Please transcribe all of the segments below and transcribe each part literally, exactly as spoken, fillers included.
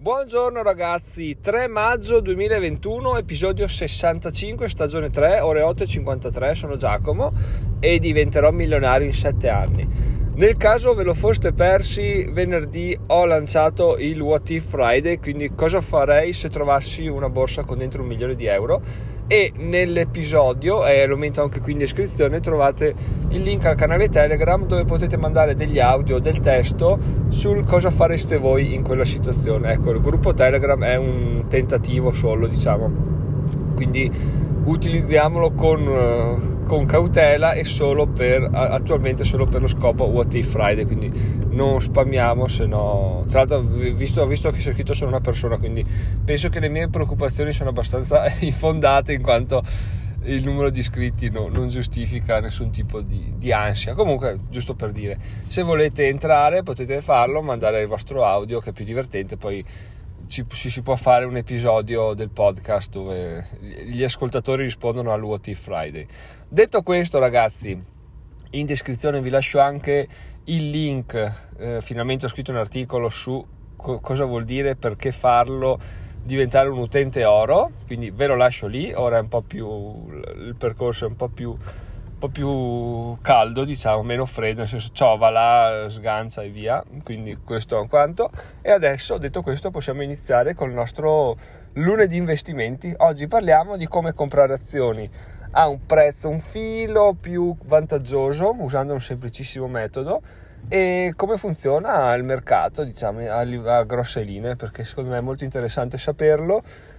Buongiorno ragazzi, tre maggio duemilaventuno, episodio sessantacinque, stagione tre, ore otto e cinquantatré, sono Giacomo e diventerò milionario in sette anni. Nel caso ve lo foste persi, venerdì ho lanciato il What If Friday, quindi cosa farei se trovassi una borsa con dentro un milione di euro, e nell'episodio, e lo metto anche qui in descrizione, trovate il link al canale Telegram dove potete mandare degli audio, del testo sul cosa fareste voi in quella situazione. Ecco, il gruppo Telegram è un tentativo solo, diciamo, quindi utilizziamolo con, con cautela e solo per attualmente solo per lo scopo What If Friday, quindi non spammiamo, se no, tra l'altro visto, visto che c'è scritto sono una persona, quindi penso che le mie preoccupazioni sono abbastanza infondate, in quanto il numero di iscritti no, non giustifica nessun tipo di, di ansia. Comunque, giusto per dire, se volete entrare potete farlo, mandare il vostro audio che è più divertente, poi Ci, ci si può fare un episodio del podcast dove gli ascoltatori rispondono al What If Friday. Detto questo ragazzi, in descrizione vi lascio anche il link, eh, finalmente ho scritto un articolo su co- cosa vuol dire, perché farlo, diventare un utente oro, quindi ve lo lascio lì. Ora è un po' più, il percorso è un po' più un po' più caldo, diciamo, meno freddo, nel senso ciova là, sgancia e via, quindi questo è quanto. E adesso, detto questo, possiamo iniziare con il nostro lunedì investimenti. Oggi parliamo di come comprare azioni a un prezzo un filo più vantaggioso usando un semplicissimo metodo, e come funziona il mercato, diciamo, a, a grosse linee, perché secondo me è molto interessante saperlo.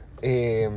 E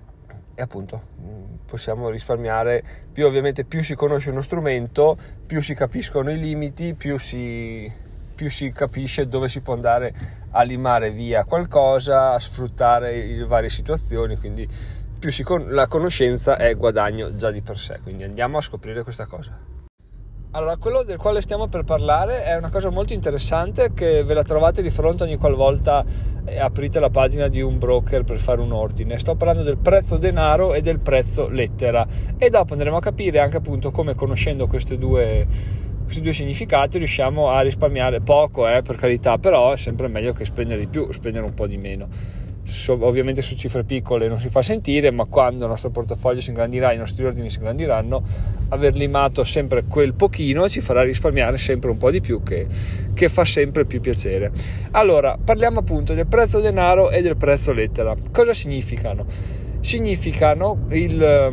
E appunto possiamo risparmiare più, ovviamente più si conosce uno strumento, più si capiscono i limiti, più si, più si capisce dove si può andare a limare via qualcosa, a sfruttare le varie situazioni, quindi più si con- la conoscenza è guadagno già di per sé, quindi andiamo a scoprire questa cosa. Allora, quello del quale stiamo per parlare è una cosa molto interessante che ve la trovate di fronte ogni qualvolta aprite la pagina di un broker per fare un ordine. Sto parlando del prezzo denaro e del prezzo lettera, e dopo andremo a capire anche appunto come, conoscendo queste due, questi due significati, riusciamo a risparmiare poco, eh, per carità, però è sempre meglio che spendere di più, spendere un po' di meno. So, ovviamente su cifre piccole non si fa sentire, ma quando il nostro portafoglio si ingrandirà, i nostri ordini si ingrandiranno, aver limato sempre quel pochino ci farà risparmiare sempre un po' di più, che, che fa sempre più piacere. Allora, parliamo appunto del prezzo denaro e del prezzo lettera. Cosa significano? Significano il,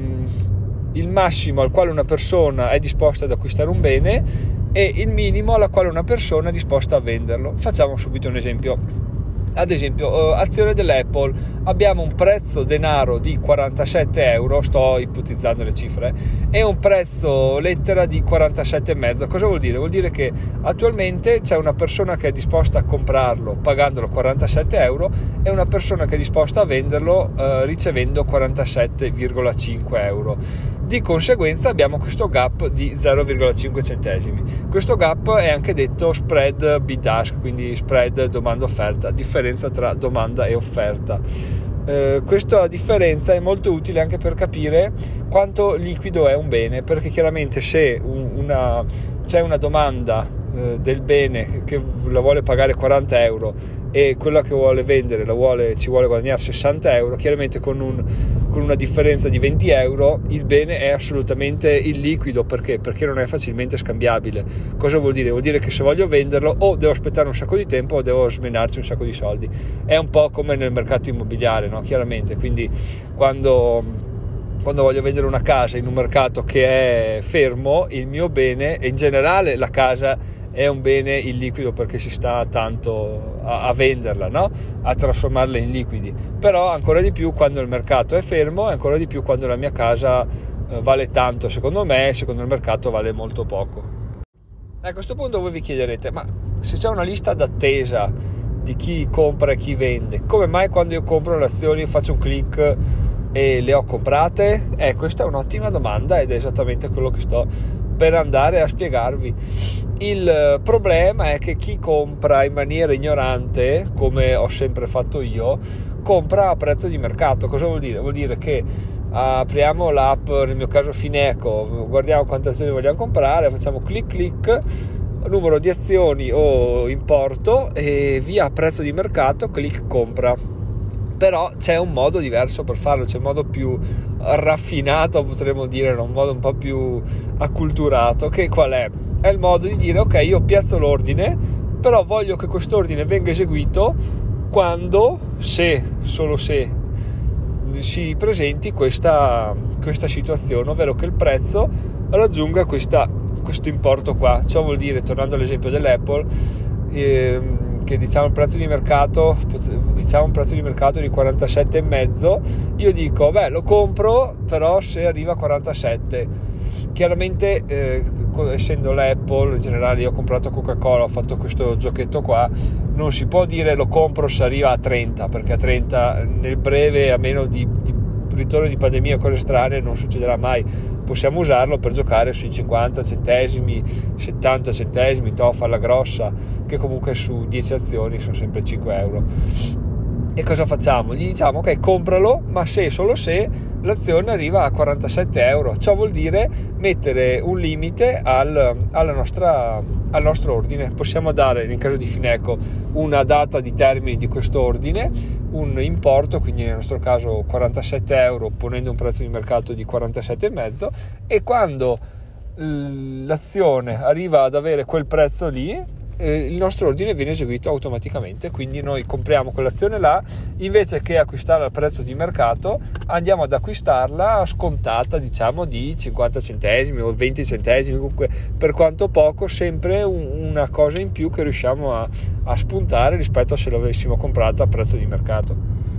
il massimo al quale una persona è disposta ad acquistare un bene e il minimo alla quale una persona è disposta a venderlo. Facciamo subito un esempio. Ad esempio, uh, azione dell'Apple, abbiamo un prezzo denaro di quarantasette euro, sto ipotizzando le cifre, e un prezzo lettera di quarantasette e mezzo. Cosa vuol dire? Vuol dire che attualmente c'è una persona che è disposta a comprarlo pagandolo quarantasette euro e una persona che è disposta a venderlo uh, ricevendo quarantasette virgola cinque euro. Di conseguenza abbiamo questo gap di zero virgola cinque centesimi. Questo gap è anche detto spread bid-ask, quindi spread domanda-offerta, differenza tra domanda e offerta. Eh, questa differenza è molto utile anche per capire quanto liquido è un bene, perché chiaramente se una, c'è una domanda eh, del bene che la vuole pagare quaranta euro e quella che vuole vendere la vuole, ci vuole guadagnare sessanta euro, chiaramente con, un, con una differenza di venti euro il bene è assolutamente illiquido. Perché? Perché non è facilmente scambiabile. Cosa vuol dire? Vuol dire che se voglio venderlo o devo aspettare un sacco di tempo o devo smenarci un sacco di soldi. È un po' come nel mercato immobiliare, no? Chiaramente, quindi quando... quando voglio vendere una casa in un mercato che è fermo, il mio bene, e in generale la casa è un bene illiquido perché si sta tanto a, a venderla, no? A trasformarla in liquidi. Però ancora di più quando il mercato è fermo, e ancora di più quando la mia casa eh, vale tanto, secondo me, secondo il mercato vale molto poco. A questo punto voi vi chiederete, ma se c'è una lista d'attesa di chi compra e chi vende, come mai quando io compro le azioni faccio un click e le ho comprate? Eh, questa è un'ottima domanda ed è esattamente quello che sto per andare a spiegarvi. Il problema è che chi compra in maniera ignorante, come ho sempre fatto io, compra a prezzo di mercato. Cosa vuol dire? Vuol dire che apriamo l'app, nel mio caso Fineco, guardiamo quante azioni vogliamo comprare, facciamo clic clic, numero di azioni o importo e via prezzo di mercato, clic compra. Però c'è un modo diverso per farlo, c'è un modo più raffinato, potremmo dire, un modo un po' più acculturato, che qual è? È il modo di dire: ok, io piazzo l'ordine, però voglio che quest'ordine venga eseguito quando, se, solo se si presenti questa, questa situazione, ovvero che il prezzo raggiunga questa, questo importo qua. Ciò vuol dire, tornando all'esempio dell'Apple, ehm, che diciamo il prezzo di mercato diciamo un prezzo di mercato di quarantasette e mezzo, io dico beh lo compro però se arriva a quarantasette. Chiaramente eh, essendo l'Apple, in generale io ho comprato Coca-Cola, ho fatto questo giochetto qua, non si può dire lo compro se arriva a trenta, perché a trenta nel breve, a meno di, di ritorno di pandemia o cose strane, non succederà mai. Possiamo usarlo per giocare sui cinquanta centesimi, settanta centesimi, to, farla grossa, che comunque su dieci azioni sono sempre cinque euro. E cosa facciamo? Gli diciamo ok, compralo, ma se solo se l'azione arriva a quarantasette euro. Ciò vuol dire mettere un limite al, alla nostra, al nostro ordine. Possiamo dare, nel caso di Fineco, una data di termine di questo ordine, un importo, quindi nel nostro caso quarantasette euro, ponendo un prezzo di mercato di quarantasette e mezzo, e quando l'azione arriva ad avere quel prezzo lì, eh, il nostro ordine viene eseguito automaticamente. Quindi noi compriamo quell'azione là, invece che acquistarla al prezzo di mercato andiamo ad acquistarla scontata, diciamo di cinquanta centesimi o venti centesimi, comunque per quanto poco, sempre un, una cosa in più che riusciamo a, a spuntare rispetto a se l'avessimo comprata a prezzo di mercato.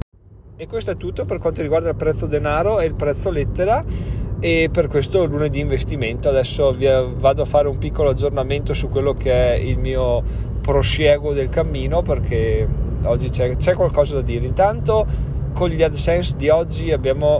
E questo è tutto per quanto riguarda il prezzo denaro e il prezzo lettera, e per questo lunedì investimento. Adesso vi vado a fare un piccolo aggiornamento su quello che è il mio prosieguo del cammino, perché oggi c'è, c'è qualcosa da dire. Intanto con gli AdSense di oggi abbiamo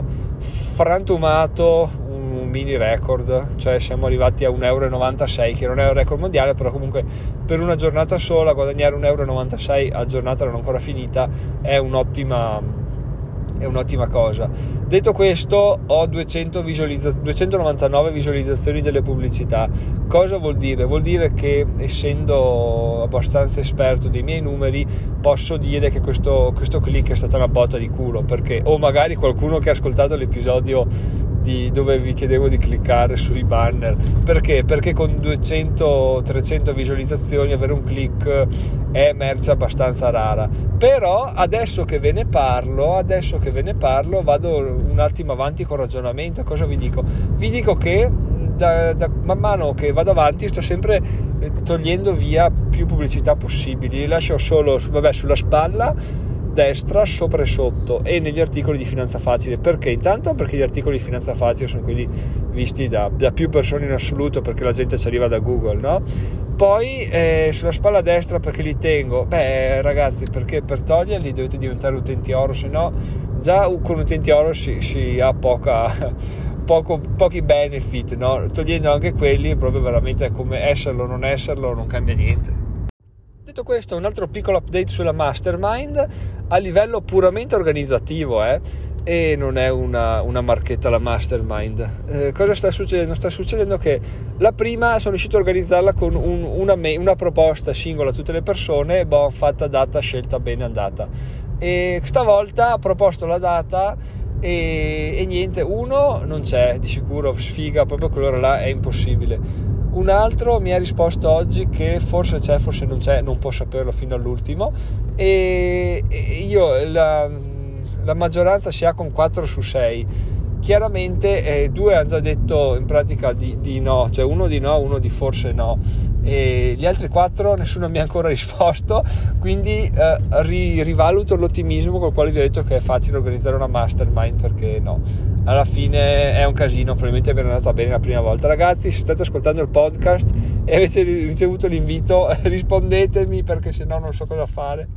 frantumato un mini record, cioè siamo arrivati a un euro e novantasei, che non è un record mondiale, però comunque per una giornata sola guadagnare un euro e novantasei a giornata non ancora finita è un'ottima è un'ottima cosa. Detto questo, ho duecento visualizza- duecentonovantanove visualizzazioni delle pubblicità. Cosa vuol dire? Vuol dire che, essendo abbastanza esperto dei miei numeri, posso dire che questo, questo click è stata una botta di culo, perché o magari qualcuno che ha ascoltato l'episodio di, dove vi chiedevo di cliccare sui banner. Perché? Perché con duecento trecento visualizzazioni avere un click è merce abbastanza rara. Però adesso che ve ne parlo adesso che ve ne parlo vado un attimo avanti con ragionamento. Cosa vi dico? Vi dico che da, da man mano che vado avanti sto sempre togliendo via più pubblicità possibili, li lascio solo vabbè, sulla spalla destra, sopra e sotto, e negli articoli di Finanza Facile. Perché? Intanto perché gli articoli di Finanza Facile sono quelli visti da, da più persone in assoluto, perché la gente ci arriva da Google, no? Poi eh, sulla spalla destra perché li tengo? Beh ragazzi, perché per toglierli dovete diventare utenti oro, se no già con utenti oro si, si ha poca, poco, pochi benefit, no? Togliendo anche quelli proprio veramente è come esserlo o non esserlo, non cambia niente. Detto questo, un altro piccolo update sulla Mastermind a livello puramente organizzativo, eh? E non è una, una marchetta la Mastermind. Eh, cosa sta succedendo? Sta succedendo che la prima sono riuscito a organizzarla con un, una, una proposta singola a tutte le persone, boh, fatta, data, scelta, bene, andata. E stavolta ho proposto la data e, e niente, uno non c'è, di sicuro, sfiga, proprio quell'ora là è impossibile. Un altro mi ha risposto oggi che forse c'è, forse non c'è, non può saperlo fino all'ultimo, e io la, la maggioranza si ha con quattro su sei. Chiaramente eh, due hanno già detto in pratica di, di no, cioè uno di no, uno di forse no, e gli altri quattro nessuno mi ha ancora risposto, quindi eh, ri, rivaluto l'ottimismo col quale vi ho detto che è facile organizzare una mastermind, perché no, alla fine è un casino. Probabilmente mi è andata bene la prima volta. Ragazzi, se state ascoltando il podcast e avete ricevuto l'invito, rispondetemi, perché sennò non so cosa fare.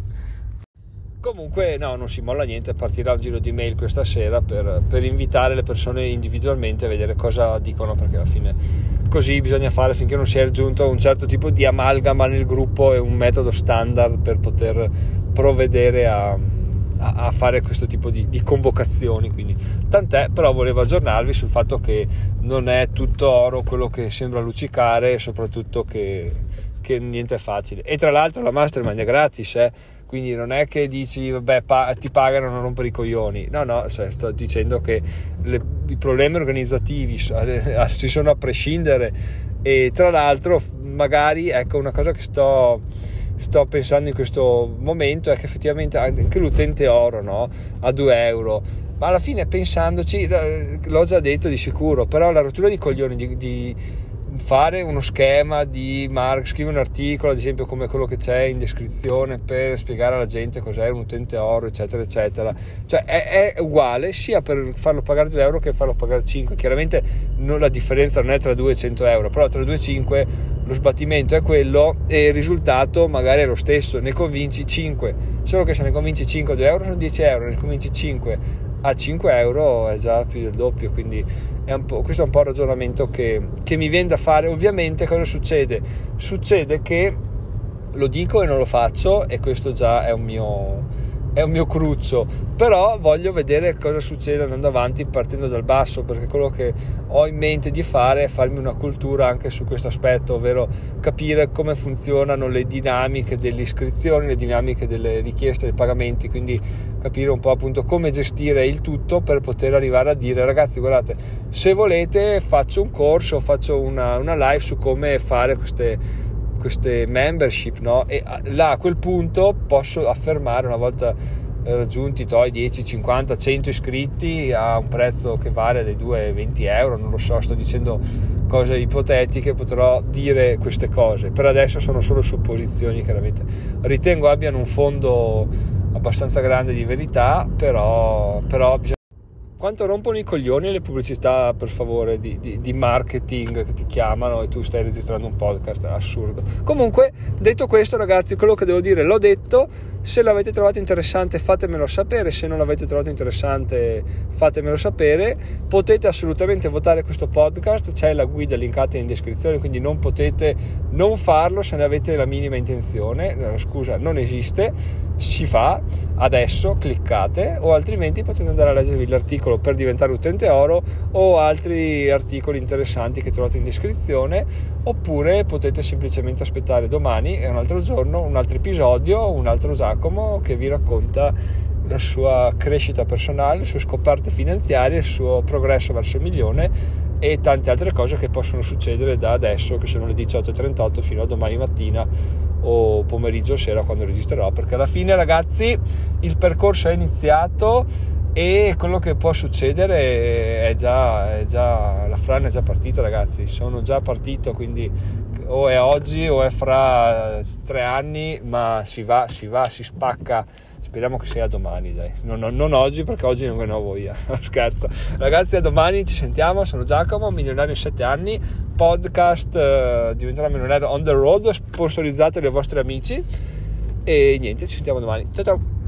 Comunque no, non si molla niente, partirà un giro di mail questa sera per, per invitare le persone individualmente a vedere cosa dicono, perché alla fine così bisogna fare finché non si è raggiunto un certo tipo di amalgama nel gruppo e un metodo standard per poter provvedere a, a, a fare questo tipo di, di convocazioni. Quindi tant'è, però volevo aggiornarvi sul fatto che non è tutto oro quello che sembra luccicare, e soprattutto che che niente è facile. E tra l'altro la mastermind è gratis, eh? Quindi non è che dici vabbè pa- ti pagano a non rompere i coglioni, no no, cioè, sto dicendo che le, i problemi organizzativi ci sono a prescindere. E tra l'altro magari, ecco, una cosa che sto sto pensando in questo momento è che effettivamente anche l'utente oro, no, a due euro, ma alla fine pensandoci, l'ho già detto di sicuro, però la rottura di coglioni di, di fare uno schema di Mark, scrive un articolo ad esempio come quello che c'è in descrizione per spiegare alla gente cos'è un utente oro, eccetera eccetera, cioè è, è uguale sia per farlo pagare due euro che farlo pagare cinque. Chiaramente non, la differenza non è tra due e cento euro, però tra due e cinque lo sbattimento è quello e il risultato magari è lo stesso. Ne convinci cinque, solo che se ne convinci cinque a due euro sono dieci euro, ne convinci cinque a cinque euro è già più del doppio. Quindi è un po', questo è un po' il ragionamento che, che mi viene da fare. Ovviamente cosa succede? Succede che lo dico e non lo faccio, e questo già è un mio è un mio cruccio, però voglio vedere cosa succede andando avanti, partendo dal basso, perché quello che ho in mente di fare è farmi una cultura anche su questo aspetto, ovvero capire come funzionano le dinamiche delle iscrizioni, le dinamiche delle richieste, dei pagamenti, quindi capire un po' appunto come gestire il tutto per poter arrivare a dire ragazzi guardate, se volete faccio un corso, faccio una, una live su come fare queste queste membership, no? E là a quel punto posso affermare, una volta raggiunti i dieci, cinquanta, cento iscritti a un prezzo che varia dai due ai venti euro, non lo so, sto dicendo cose ipotetiche, potrò dire queste cose. Per adesso sono solo supposizioni, chiaramente ritengo abbiano un fondo abbastanza grande di verità, però, però bisogna... Quanto rompono i coglioni le pubblicità, per favore, di, di, di marketing che ti chiamano e tu stai registrando un podcast, è assurdo. Comunque, detto questo ragazzi, quello che devo dire l'ho detto. Se l'avete trovato interessante fatemelo sapere, se non l'avete trovato interessante fatemelo sapere. Potete assolutamente votare questo podcast, c'è la guida linkata in descrizione, quindi non potete non farlo se ne avete la minima intenzione. No, scusa, non esiste, si fa adesso, cliccate, o altrimenti potete andare a leggervi l'articolo per diventare utente oro o altri articoli interessanti che trovate in descrizione, oppure potete semplicemente aspettare domani, è un altro giorno, un altro episodio, un altro Giacomo che vi racconta la sua crescita personale, le sue scoperte finanziarie, il suo progresso verso il milione e tante altre cose che possono succedere da adesso, che sono le diciotto e trentotto, fino a domani mattina o pomeriggio o sera quando registrerò, perché alla fine ragazzi il percorso è iniziato e quello che può succedere è già, è già la frana è già partita ragazzi, sono già partito, quindi o è oggi o è fra tre anni, ma si va, si va, si spacca. Speriamo che sia domani, dai. Non, non, non oggi, perché oggi non ne ho voglia. Scherzo. Ragazzi, a domani, ci sentiamo. Sono Giacomo, milionario in sette anni. Podcast eh, diventerà milionario on the road, sponsorizzate dai vostri amici. E niente, ci sentiamo domani. Ciao ciao.